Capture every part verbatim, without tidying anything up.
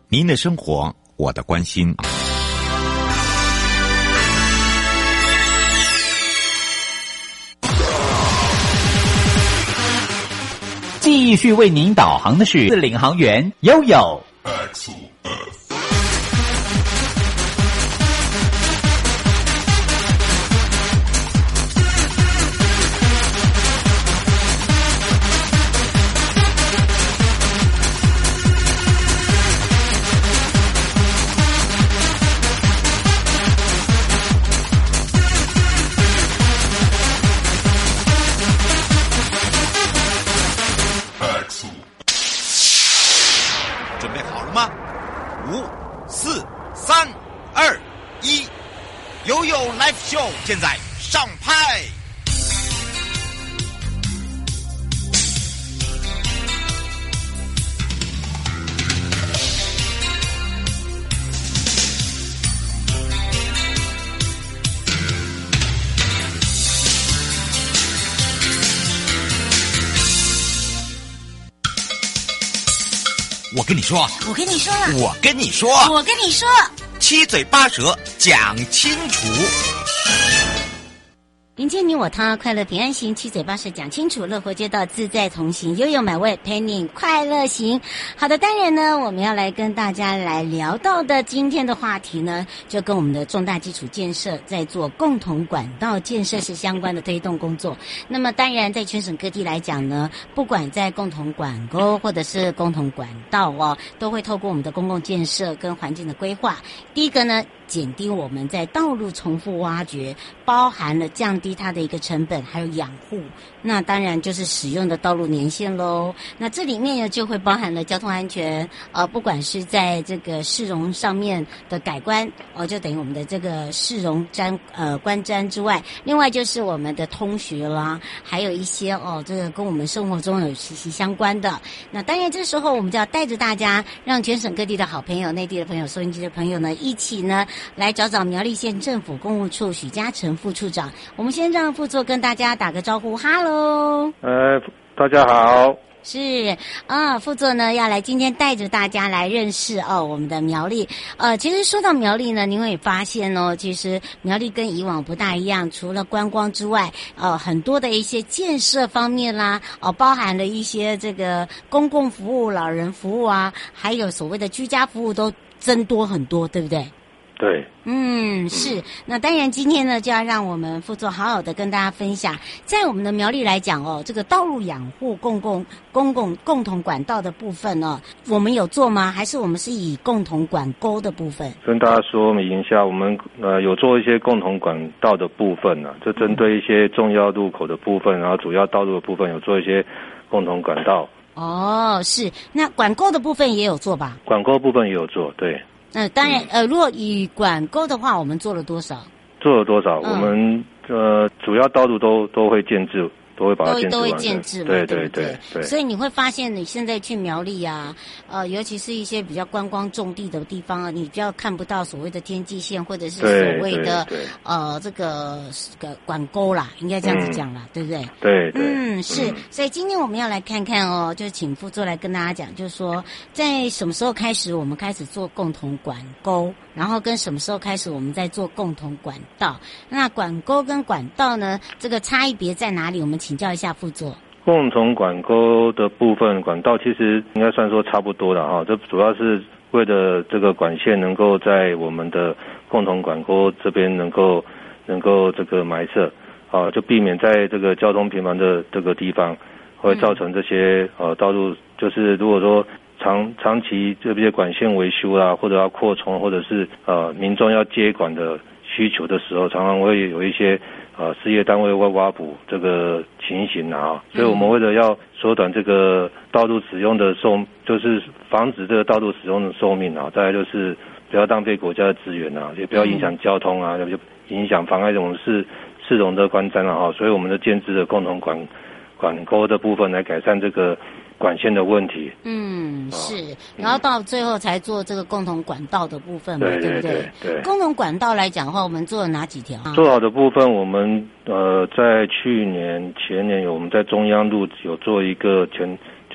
您的生活，我的关心。继续为您导航的是领航员悠悠。 现在上拍。我跟你说， 我跟你说了， 我跟你说， 我跟你说， 七嘴八舌讲清楚。 迎接你我他，快乐平安行，七嘴八舌讲清楚，乐活街道自在同行，悠悠美味陪你快乐行。好的，当然呢，我们要来跟大家来聊到的今天的话题呢，就跟我们的重大基础建设在做共同管道建设是相关的推动工作。那么当然在全省各地来讲呢，不管在共同管沟或者是共同管道哦，都会透过我们的公共建设跟环境的规划，第一个呢，减低我们在道路重复挖掘，包含了降低它的一个成本，还有养护。那当然就是使用的道路年限咯。那这里面呢就会包含了交通安全，呃，不管是在这个市容上面的改观，哦，就等于我们的这个市容瞻呃观瞻之外，另外就是我们的通学啦，还有一些哦，这个跟我们生活中有息息相关的。那当然这时候我们就要带着大家，让全省各地的好朋友、内地的朋友、收音机的朋友呢，一起呢来找找苗栗县政府公务处许嘉诚副处长。我们先让副座跟大家打个招呼，哈喽。 呃，大家好。 是啊，副座呢要来今天带着大家来认识哦我们的苗栗。呃，其实说到苗栗呢，您会发现哦，其实苗栗跟以往不大一样，除了观光之外，呃，很多的一些建设方面啦，哦，包含了一些这个公共服务、老人服务啊，还有所谓的居家服务都增多很多，对不对？ 对， 嗯，是。那当然，今天呢，就要让我们副座好好的跟大家分享，在我们的苗栗来讲哦，这个道路养护公共公共共同管道的部分哦，我们有做吗？还是我们是以共同管沟的部分？ 跟大家说明一下，我们呃有做一些共同管道的部分呢、啊，就针对一些重要路口的部分，然后主要道路的部分有做一些共同管道。 哦，是。那管沟的部分也有做吧？ 管沟部分也有做，对。 那当然，呃，如果以管沟的话，我们做了多少？ 做了多少？嗯、我们呃主要道路都都会建制，都会把它建制完。 都会建制嘛， 对对对对对。 所以你会发现，你现在去苗栗啊，呃，尤其是一些比较观光重地的地方啊，你比较看不到所谓的天际线，或者是所谓的呃这个个管沟啦，应该这样子讲啦，嗯、对不对？ 对对。 嗯，是。嗯、所以今天我们要来看看哦，就请副座来跟大家讲，就是说在什么时候开始我们开始做共同管沟，然后跟什么时候开始我们在做共同管道。那管沟跟管道呢，这个差异别在哪里？我们请教一下副座。 共同管沟的部分，管道其实应该算说差不多了哈，这主要是为了这个管线能够在我们的共同管沟这边能够能够这个埋设，啊，就避免在这个交通频繁的这个地方会造成这些呃道路，就是如果说长长期这些管线维修啦，或者要扩充，或者是呃民众要接管的需求的时候，常常会有一些呃事业单位会挖补这个情形啊，所以我们为了要缩短这个道路使用的寿，就是防止这个道路使用的寿命啊，再来就是不要浪费国家的资源啊，也不要影响交通啊，也不影响妨碍我们市市容的观瞻啊，所以我们的建制的共同管管沟的部分来改善这个管线的问题。 嗯，是，然后到最后才做这个共同管道的部分嘛， 对对不对？ 对对。 共同管道来讲的话，我们做了哪几条？ 做好的部分，我们呃在去年前年有我们在中央路有做一个前，就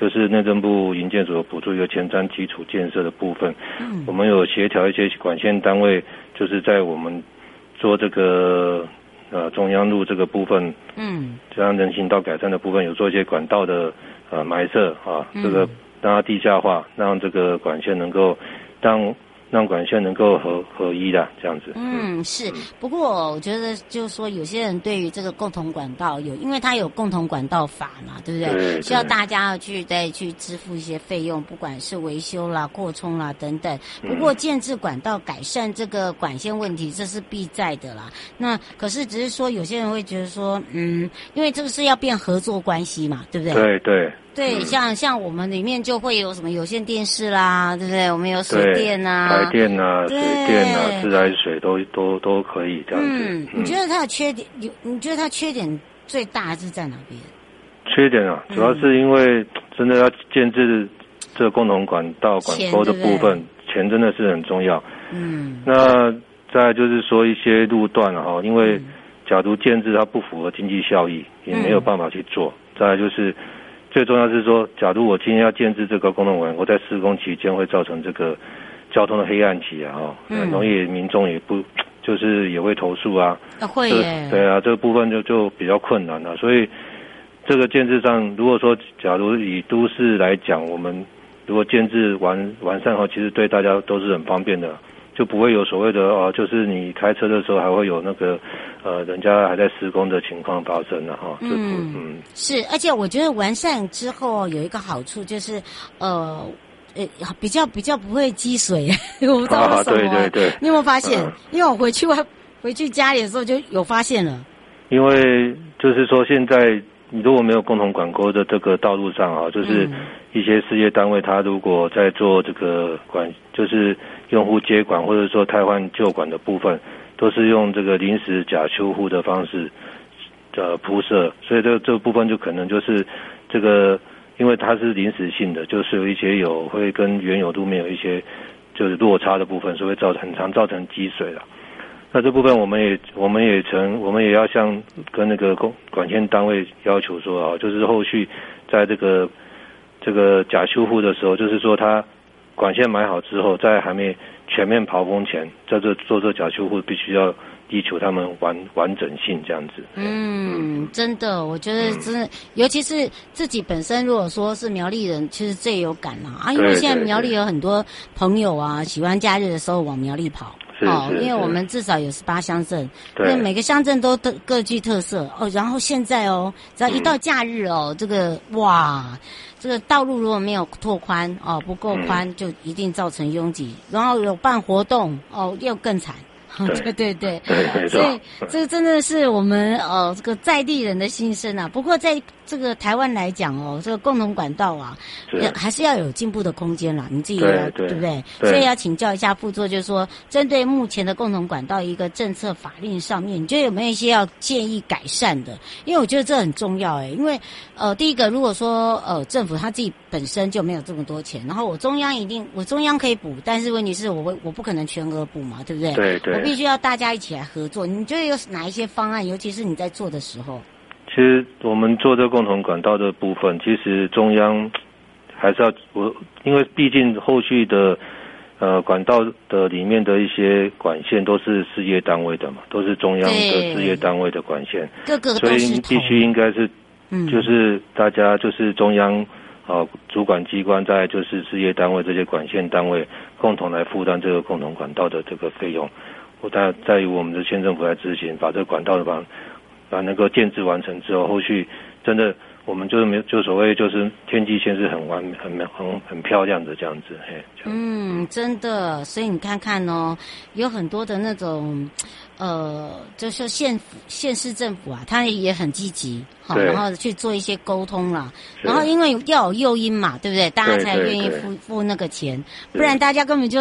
就是内政部营建所补助一个前瞻基础建设的部分，嗯，我们有协调一些管线单位，就是在我们做这个呃中央路这个部分，嗯，这样人行道改善的部分，有做一些管道的呃埋设啊，这个让它地下化，让这个管线能够让。让管线能够合合一的这样子。 嗯，是。不过我觉得就是说，有些人对于这个共同管道有，因为它有共同管道法嘛，对不对？ 对。 需要大家要去再去支付一些费用，不管是维修啦、扩充啦等等。不过建制管道改善这个管线问题，这是必在的啦。那可是只是说，有些人会觉得说，嗯，因为这个是要变合作关系嘛，对不对？ 对对。 对，像像我们里面就会有什么有线电视啦，对不对？我们有水电啊， 台电啊，水电啊，自来水都都都可以这样子。 嗯，你觉得它的缺点有？你觉得它缺点最大是在哪边？ 缺点啊，主要是因为真的要建制这个共同管道管沟的部分，钱真的是很重要。嗯，那再来就是说一些路段啊，哈，因为假如建制它不符合经济效益，也没有办法去做。再来就是。最重要是说，假如我今天要建制这个共同管沟，在施工期间会造成这个交通的黑暗期啊，哈、嗯，容易民众也不就是也会投诉啊， 啊会耶， 对啊，这个部分就就比较困难了。所以这个建制上，如果说假如以都市来讲，我们如果建制完完善后，其实对大家都是很方便的。就不会有所谓的哦、呃，就是你开车的时候还会有那个呃，人家还在施工的情况发生了哈。 嗯嗯，是，而且我觉得完善之后有一个好处就是，呃呃，比较比较不会积水，我不知道为什么、啊。 对对对， 你有没有发现？嗯、因为我回去我回去家里的时候就有发现了。 因为就是说现在。你如果没有共同管沟的这个道路上啊，就是一些事业单位，他如果在做这个管，就是用户接管或者说汰换旧管的部分，都是用这个临时假修护的方式呃铺设，所以这个这个部分就可能就是这个，因为它是临时性的，就是有一些有会跟原有路面有一些就是落差的部分，所以会造成很常造成积水了。那这部分我们也我们也曾我们也要向跟那个管线单位要求说啊，就是后续在这个这个假修护的时候，就是说他管线买好之后，在还没全面刨封前，在这做这假修护，必须要力求他们完完整性这样子。 嗯，真的，我觉得真的，嗯、尤其是自己本身，如果说是苗栗人，其实最有感啦啊，因为现在苗栗有很多朋友啊，喜欢假日的时候往苗栗跑。哦，因为我们至少有十八乡镇，那每个乡镇都特各具特色哦。然后现在哦，只要一到假日哦，嗯、这个哇，这个道路如果没有拓宽哦，不够宽，嗯、就一定造成拥挤。然后有办活动哦，又更惨。对对对， 对所以这个真的是我们呃这个在地人的心声啊。不过在这个台湾来讲哦，这个共同管道啊，还是要有进步的空间啦。你自己要 对, 对, 对不对？对所以要请教一下副座，就是说针对目前的共同管道一个政策法令上面，你觉得有没有一些要建议改善的？因为我觉得这很重要诶、欸，因为呃第一个，如果说呃政府他自己本身就没有这么多钱，然后我中央一定我中央可以补，但是问题是我会我不可能全额补嘛，对不对？ 对对。 必须要大家一起来合作，你觉得有哪一些方案？尤其是你在做的时候。 其实我们做这共同管道的部分，其实中央还是要我，因为毕竟后续的呃管道的里面的一些管线都是事业单位的嘛，都是中央的事业单位的管线， 各个都是，所以必须应该是，嗯，就是大家就是中央。哦，主管机关在就是事业单位这些管线单位共同来负担这个共同管道的这个费用，我在在于我们的县政府来执行，把这个管道的把把那个建制完成之后，后续真的我们就是没有就所谓就是天际线是很完很很很漂亮的这样子，嘿。 嗯，真的，所以你看看哦，有很多的那种。呃，就是县县市政府啊，他也很积极，好，然后去做一些沟通啦。然后因为要有诱因嘛，对不对？大家才愿意付付那个钱，不然大家根本就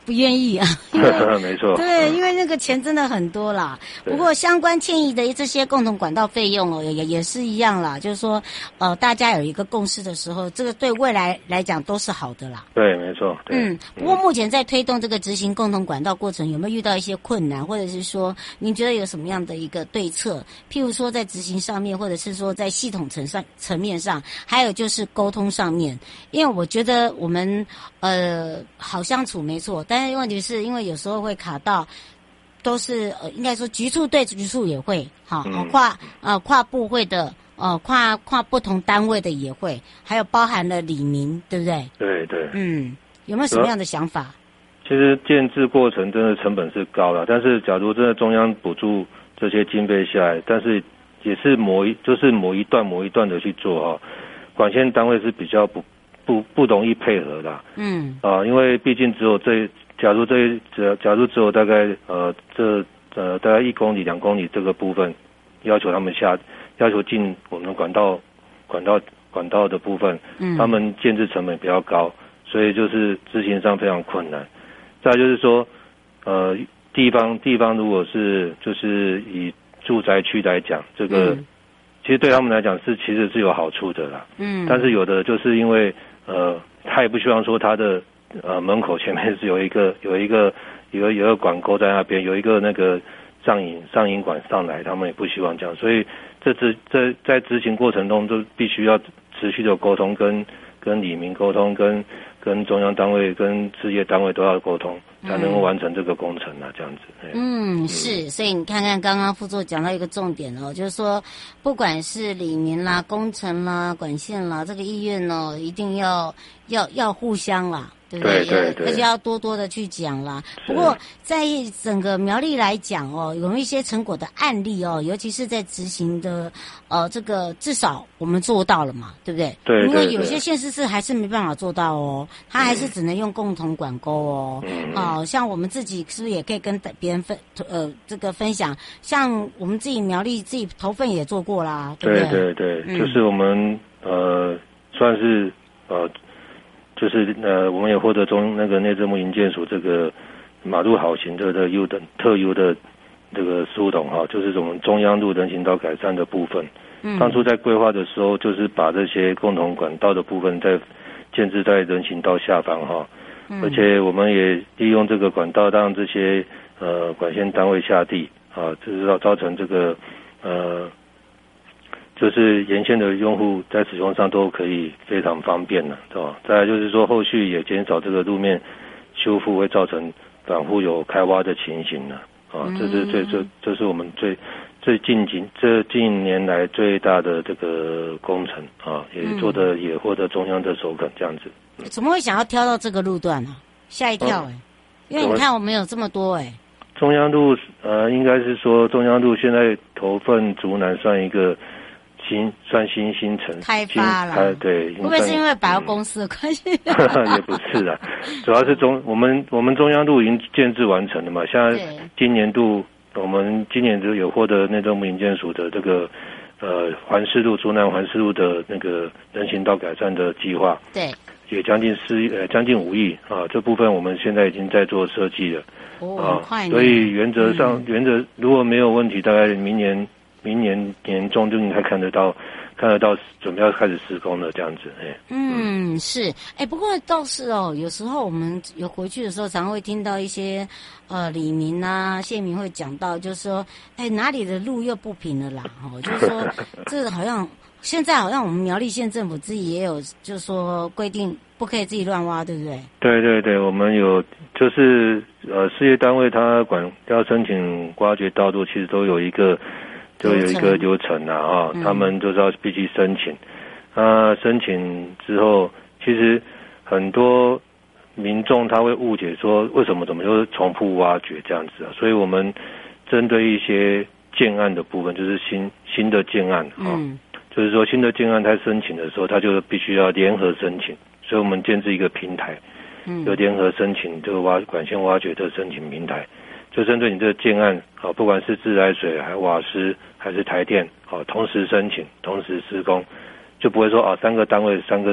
不愿意啊， 没错， 对，因为那个钱真的很多啦。不过相关迁移的这些共同管道费用哦，也也是一样啦。就是说，呃，大家有一个共识的时候，这个对未来来讲都是好的啦。 对，没错。 嗯，不过目前在推动这个执行共同管道过程，有没有遇到一些困难，或者是说，您觉得有什么样的一个对策？譬如说在执行上面，或者是说在系统层上层面上，还有就是沟通上面。因为我觉得我们呃好相处没错，但是问题是因为有时候会卡到，都是呃应该说局处对局处也会，好、嗯、跨呃跨部会的呃跨跨不同单位的也会，还有包含了里民，对不对？ 对对。 嗯，有没有什么样的想法？ 其实建制过程真的成本是高了，但是假如真的中央补助这些经费下来，但是也是某一就是某一段某一段的去做哦，管线单位是比较不。不不容易配合的，嗯啊、呃，因为毕竟只有这，假如这假假如只有大概呃这呃大概一公里两公里这个部分，要求他们下要求进我们管道管道管道的部分，嗯，他们建制成本比较高，所以就是执行上非常困难。再来就是说，呃，地方地方如果是就是以住宅区来讲，这个、嗯、其实对他们来讲是其实是有好处的啦，嗯，但是有的就是因为呃，他也不希望说他的呃门口前面是有一个有一个有一个有一个管沟在那边，有一个那个上引上引管上来，他们也不希望这样，所以这执这在执行过程中都必须要持续的沟通，跟跟里民沟通，跟跟中央单位、跟事业单位都要沟通，才能够完成这个工程啊，这样子。 嗯，是，所以你看看刚刚副座讲到一个重点哦，就是说，不管是里民啦、工程啦、管线啦，这个意愿哦，一定要要要互相啦。对不对？ 对对对， 而且要多多的去讲啦。不过在整个苗栗来讲哦，有一些成果的案例哦，尤其是在执行的呃这个至少我们做到了嘛，对不对？ 对对对。 因为有些县市是还是没办法做到哦，它还是只能用共同管沟哦。嗯。哦，像我们自己是不是也可以跟别人分呃这个分享？像我们自己苗栗自己头份也做过啦，对不对？对对对，嗯、就是我们呃算是呃。就是呃，我们也获得中那个内政部营建署这个马路好行的的优的特优的这个殊荣哈，就是我们中央路人行道改善的部分。嗯，当初在规划的时候，就是把这些共同管道的部分在建置在人行道下方哈，嗯、而且我们也利用这个管道让这些呃管线单位下地啊，就是要造成这个呃。就是沿线的用户在使用上都可以非常方便了，对吧？再来就是说，后续也减少这个路面修复会造成反复有开挖的情形了，啊，这是最这这是我们最最近几这近年来最大的这个工程啊，也做的也获得中央的首肯，这样子。 怎么会想要挑到这个路段呢、啊？吓一跳哎、欸嗯！因为你看我们有这么多哎、欸。 中央路呃，应该是说中央路现在头份竹南算一个。新算新新城开发了， 对， 会不会是因为百货公司的关系？ 也不是啊，主要是中我们我们中央路已经建制完成了嘛，像今年度我们今年就有获得内政部营建署的这个呃环市路竹南环市路的那个人行道改善的计划， 对， 也将近四呃将近五亿啊，这部分我们现在已经在做设计了， 哦，很快呢， 所以原则上、嗯、原则如果没有问题，大概明年。明年年中就应该看得到，看得到准备要开始施工了，这样子，哎。 嗯，是，哎，不过倒是哦，有时候我们有回去的时候，常会听到一些呃里民啊、县民会讲到，就是说，哎，哪里的路又不平了啦？哦，就是说，这好像现在好像我们苗栗县政府自己也有，就是说规定不可以自己乱挖，对不对？ 对对对，我们有，就是呃，事业单位他管要申请挖掘道路，其实都有一个。就有一个流程啊，啊、嗯，他们就是要必须申请。那申请之后，其实很多民众他会误解说，为什么怎么就是重复挖掘这样子啊？所以我们针对一些建案的部分，就是新新的建案啊、嗯，就是说新的建案他申请的时候，他就必须要联合申请，所以我们建置一个平台，嗯，就联合申请这个挖管线挖掘的申请平台。就针对你这个建案，好，不管是自来水、还瓦斯还是台电，好，同时申请、同时施工，就不会说啊三个单位、三个三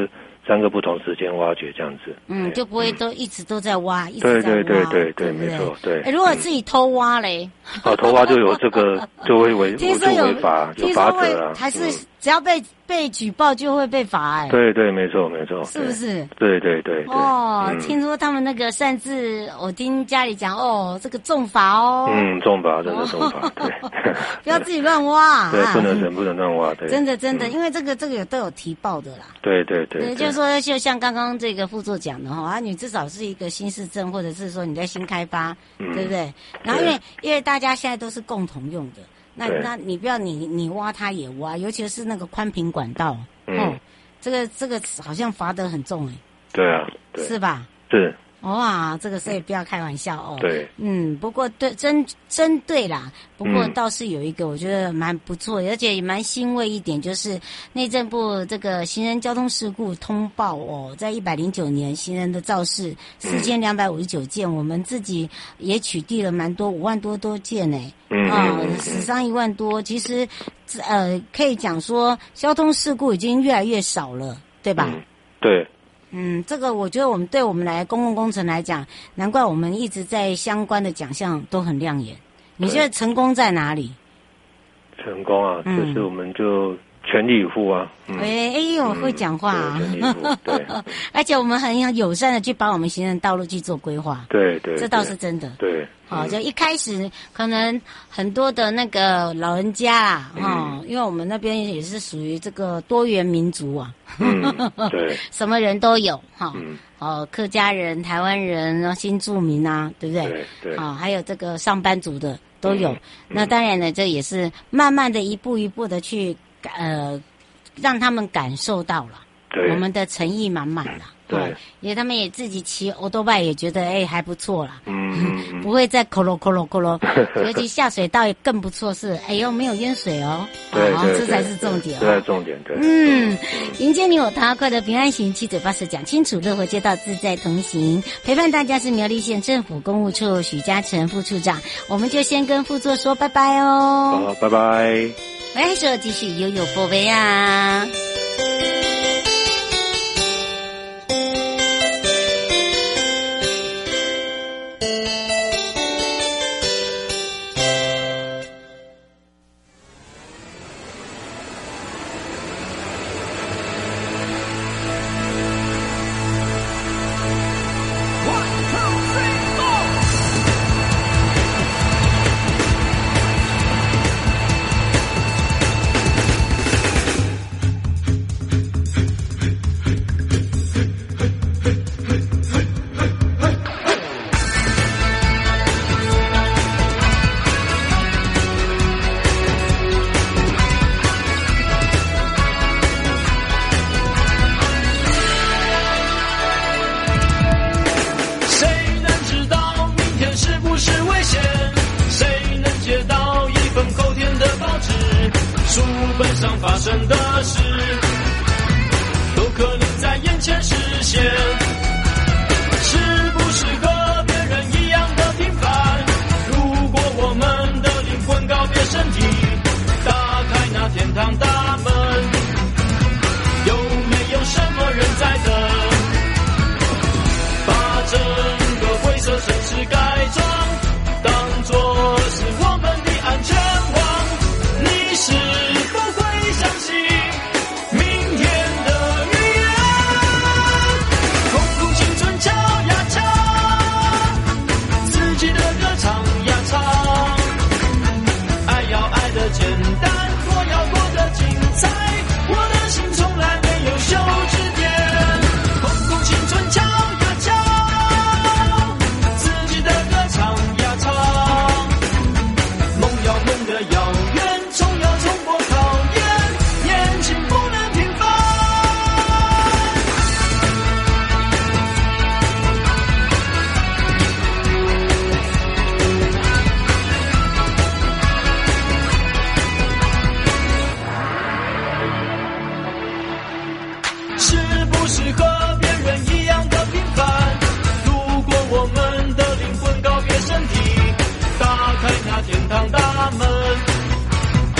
三个不同时间挖掘这样子。 嗯，就不会都一直都在挖，一直对在挖。 对对对对， 没错，对。 如果自己偷挖嘞， 哦，偷挖就有这个就会违， 听说有违法，有罚则啊。 还是只要被被举报就会被罚哎。 对对，没错没错。 是不是？ 对对对。 哦，听说他们那个擅自，我听家里讲哦，这个重罚哦。 嗯，重罚真的重罚，对。 不要自己乱挖。 对，不能人不能乱挖，对。 真的真的，因为这个这个有都有提报的啦。 对对对。 对，就是说，就像刚刚这个副座讲的哈，啊，你至少是一个新市镇，或者是说你在新开发，对不对？然后因为因为大家现在都是共同用的，那那你不要你你挖它也挖，尤其是那个宽频管道，哦，这个这个好像罚得很重哎。 对啊。 是吧？ 是。 哇，这个所以不要开玩笑哦。 对， 嗯，不过对针针对啦，不过倒是有一个我觉得蛮不错，而且也蛮欣慰一点，就是内政部这个行人交通事故通报哦，在一百零九年行人的肇事四千两百五十九件，我们自己也取缔了蛮多，五万多多件呢。嗯啊，死伤一万多，其实呃可以讲说交通事故已经越来越少了，对吧？ 嗯，对。 嗯，这个我觉得我们对我们来公共工程来讲，难怪我们一直在相关的奖项都很亮眼。你觉得成功在哪里？ 成功啊，嗯、就是我们就全力以赴啊。 哎、嗯、哎、欸，我会讲话啊。 全力以赴，对。 而且我们很友善的去帮我们行人道路去做规划。 对对。 这倒是真的。 对。 好，就一开始可能很多的那个老人家啦，哈、嗯，因为我们那边也是属于这个多元民族啊， 嗯，对， 什么人都有哈，嗯，哦，客家人、台湾人、然后新住民啊，对不对？ 对对， 啊，还有这个上班族的都有。嗯、那当然呢，这也是慢慢的一步一步的去呃，让他们感受到了我们的诚意满满了。对，因为他们也自己骑欧多拜，也觉得哎还不错啦，嗯，不会再扣咯扣咯扣咯，尤其下水道也更不错，是哎呦没有淹水哦， 对对， 这才是重点， 这才是重点，对， 嗯，迎接你我他，快乐平安行，七嘴八舌讲清楚，乐活街道自在同行，陪伴大家是苗栗县政府公务处许嘉诚副处长，我们就先跟副座说拜拜哦， 好，拜拜， 来说继续悠悠波贝啊。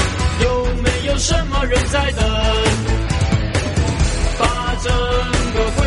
什么人在等？把整个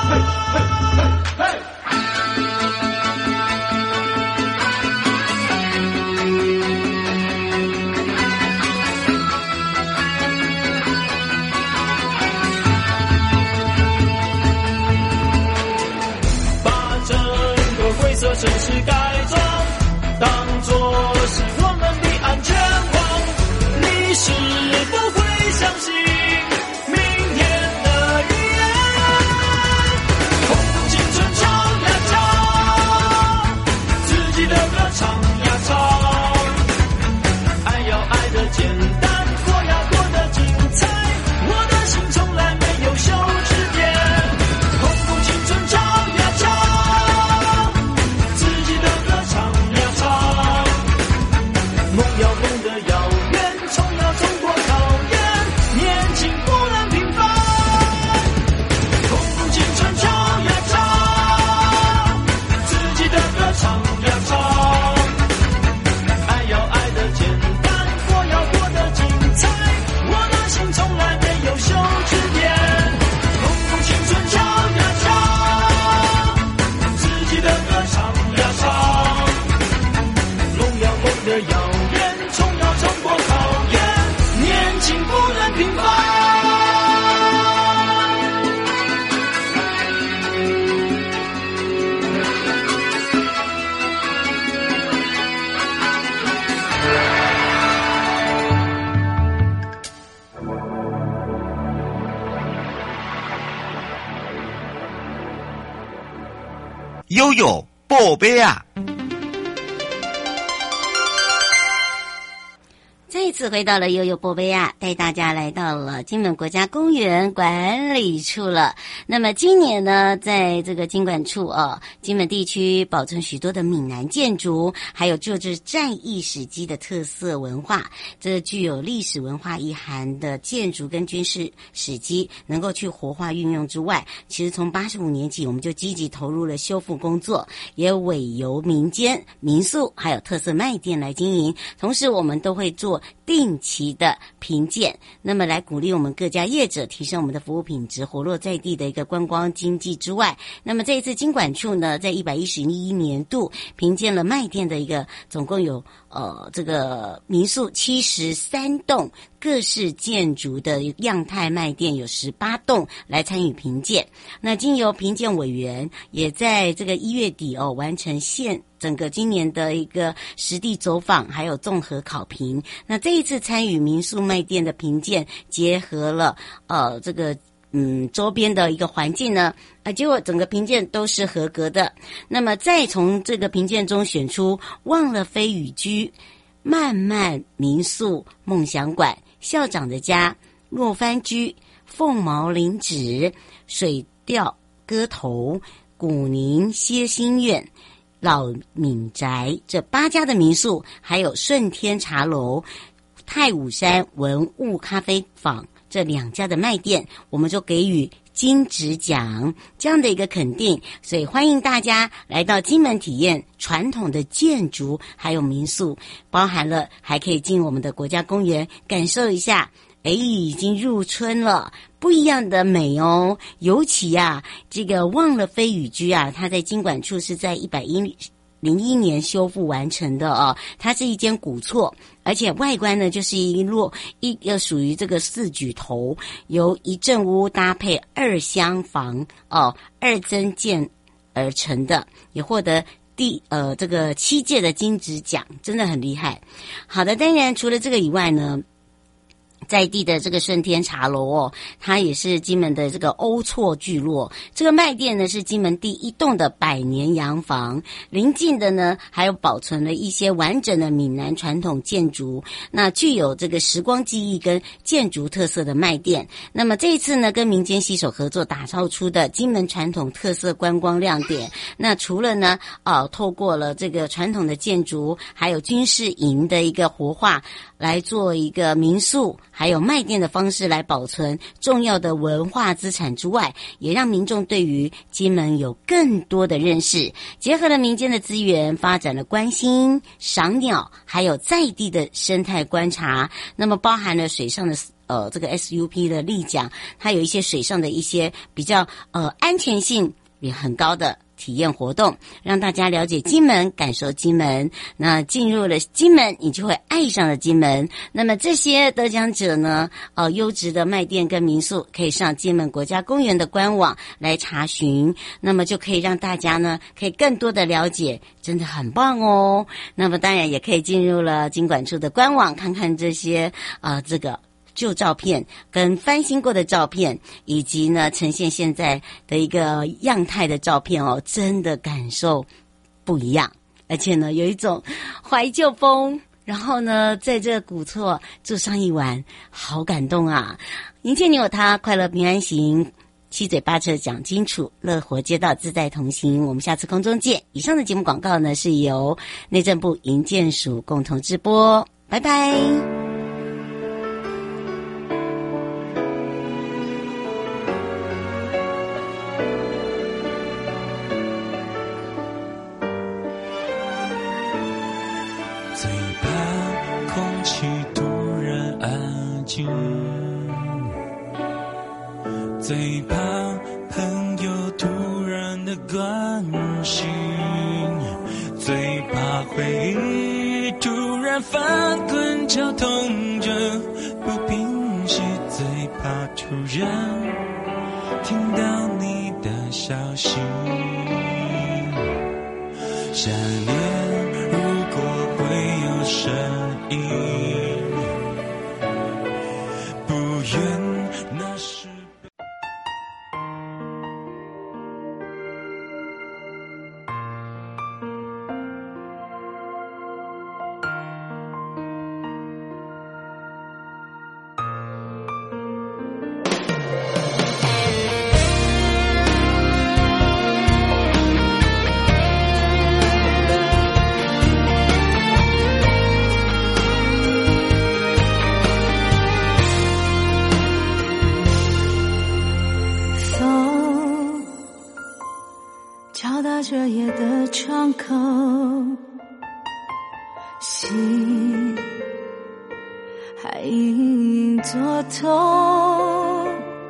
把整个灰色城市改装，当作是我们的安全网。你是否会相信明天的预言？轰动青春唱呀唱，自己的歌唱呀唱，爱要爱的简单，过呀过的精彩，我的心从来没有休止点。轰动青春唱呀唱，自己的歌唱呀唱，梦要梦得遥远，冲要冲过考验，年轻不能平凡。轰动青春唱呀唱，自己的歌唱呀唱，爱要爱的简单，过要过的精彩，我的心从来没有休止点。轰动青春唱呀唱，自己的歌唱呀唱，梦要梦得遥远，冲要冲过考验，年轻不能平凡。 悠悠宝贝啊！ 再一次回到了悠悠波贝亚，带大家来到了金门国家公园管理处了。那么今年呢，在这个金管处哦，金门地区保存许多的闽南建筑，还有就是战役史迹的特色文化，这具有历史文化意涵的建筑跟军事史迹能够去活化运用之外，其实从八十五年起，我们就积极投入了修复工作，也委由民间民宿还有特色卖店来经营，同时我们都会做定期的评鉴，那么来鼓励我们各家业者提升我们的服务品质，活络在地的一个观光经济之外，那么这一次金管处呢，在一百一十一年度评鉴了卖店的一个总共有呃这个民宿七十三栋，各式建筑的样态卖店有十八栋来参与评鉴。那经由评鉴委员也在这个一月底哦完成现整个今年的一个实地走访，还有综合考评。那这一次参与民宿卖店的评鉴，结合了呃这个嗯周边的一个环境呢，啊结果整个评鉴都是合格的。那么再从这个评鉴中选出忘了飞雨居、漫漫民宿梦想馆、校长的家、落帆居、凤毛林子、水调歌头、古宁歇心院、老闽宅这八家的民宿，还有顺天茶楼、太武山文物咖啡坊这两家的卖店，我们就给予金质奖这样的一个肯定。所以欢迎大家来到金门体验传统的建筑还有民宿，包含了还可以进我们的国家公园感受一下，诶，已经入春了，不一样的美哦。尤其啊，这个忘了飞雨居啊，它在金管处是在一百零一年修复完成的哦。它是一间古厝，而且外观呢就是一落一个属于这个四举头，由一正屋搭配二厢房哦，二增建而成的，也获得第呃这个七届的金质奖，真的很厉害。好的，当然除了这个以外呢，在地的这个顺天茶楼哦，它也是金门的这个欧错聚落。这个卖店呢是金门第一栋的百年洋房，邻近的呢还有保存了一些完整的闽南传统建筑，那具有这个时光记忆跟建筑特色的卖店。那么这一次呢，跟民间携手合作打造出的金门传统特色观光亮点。那除了呢，呃，透过了这个传统的建筑，还有军事营的一个活化，来做一个民宿，还有卖店的方式来保存重要的文化资产之外，也让民众对于金门有更多的认识，结合了民间的资源，发展了观星、赏鸟，还有在地的生态观察。那么包含了水上的呃这个 S U P 的立桨，它有一些水上的一些比较呃安全性也很高的体验活动，让大家了解金门，感受金门。那进入了金门，你就会爱上了金门。那么这些得奖者呢，呃，优质的卖店跟民宿可以上金门国家公园的官网来查询，那么就可以让大家呢可以更多的了解，真的很棒哦。那么当然也可以进入了金管处的官网，看看这些呃这个旧照片跟翻新过的照片，以及呢呈现现在的一个样态的照片哦，真的感受不一样，而且呢有一种怀旧风。然后呢，在这个古厝住上一晚，好感动啊！迎接你我他，快乐平安行，七嘴八舌讲清楚，乐活街道自在同行。我们下次空中见。以上的节目广告呢是由内政部营建署共同直播，拜拜。 最怕空气突然安静，最怕朋友突然的关心，最怕回忆突然翻滚绞痛着不平息，最怕突然听到你的消息，想念如果会有声音，不愿那是这夜的窗口，心还隐隐作痛。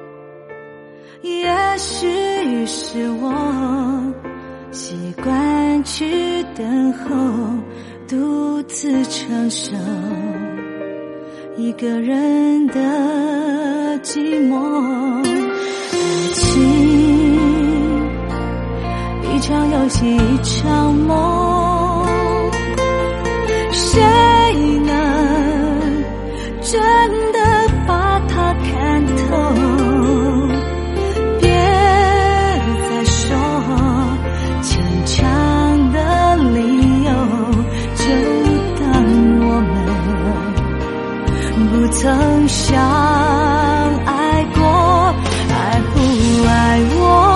也许是我习惯去等候，独自承受一个人的寂寞。爱情一场游戏，一场梦，谁能真的把它看透？别再说牵强的理由，就当我们不曾相爱过。爱不爱我？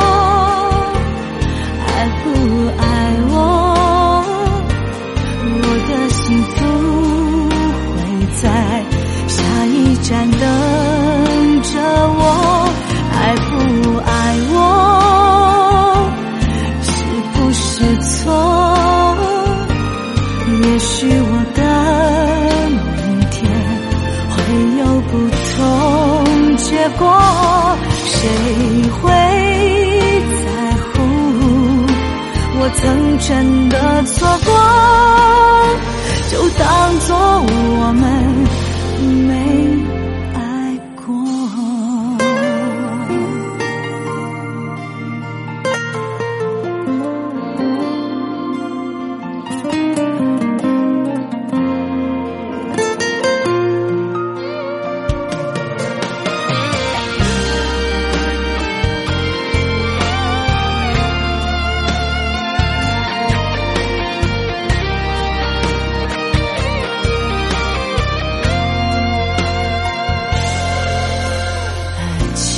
不爱我，我的幸福会在下一站等着我。爱不爱我，是不是错？也许我的明天会有不同结果，谁会我曾真的错过，就当作我们没爱过。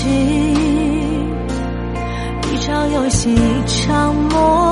一场游戏一场梦。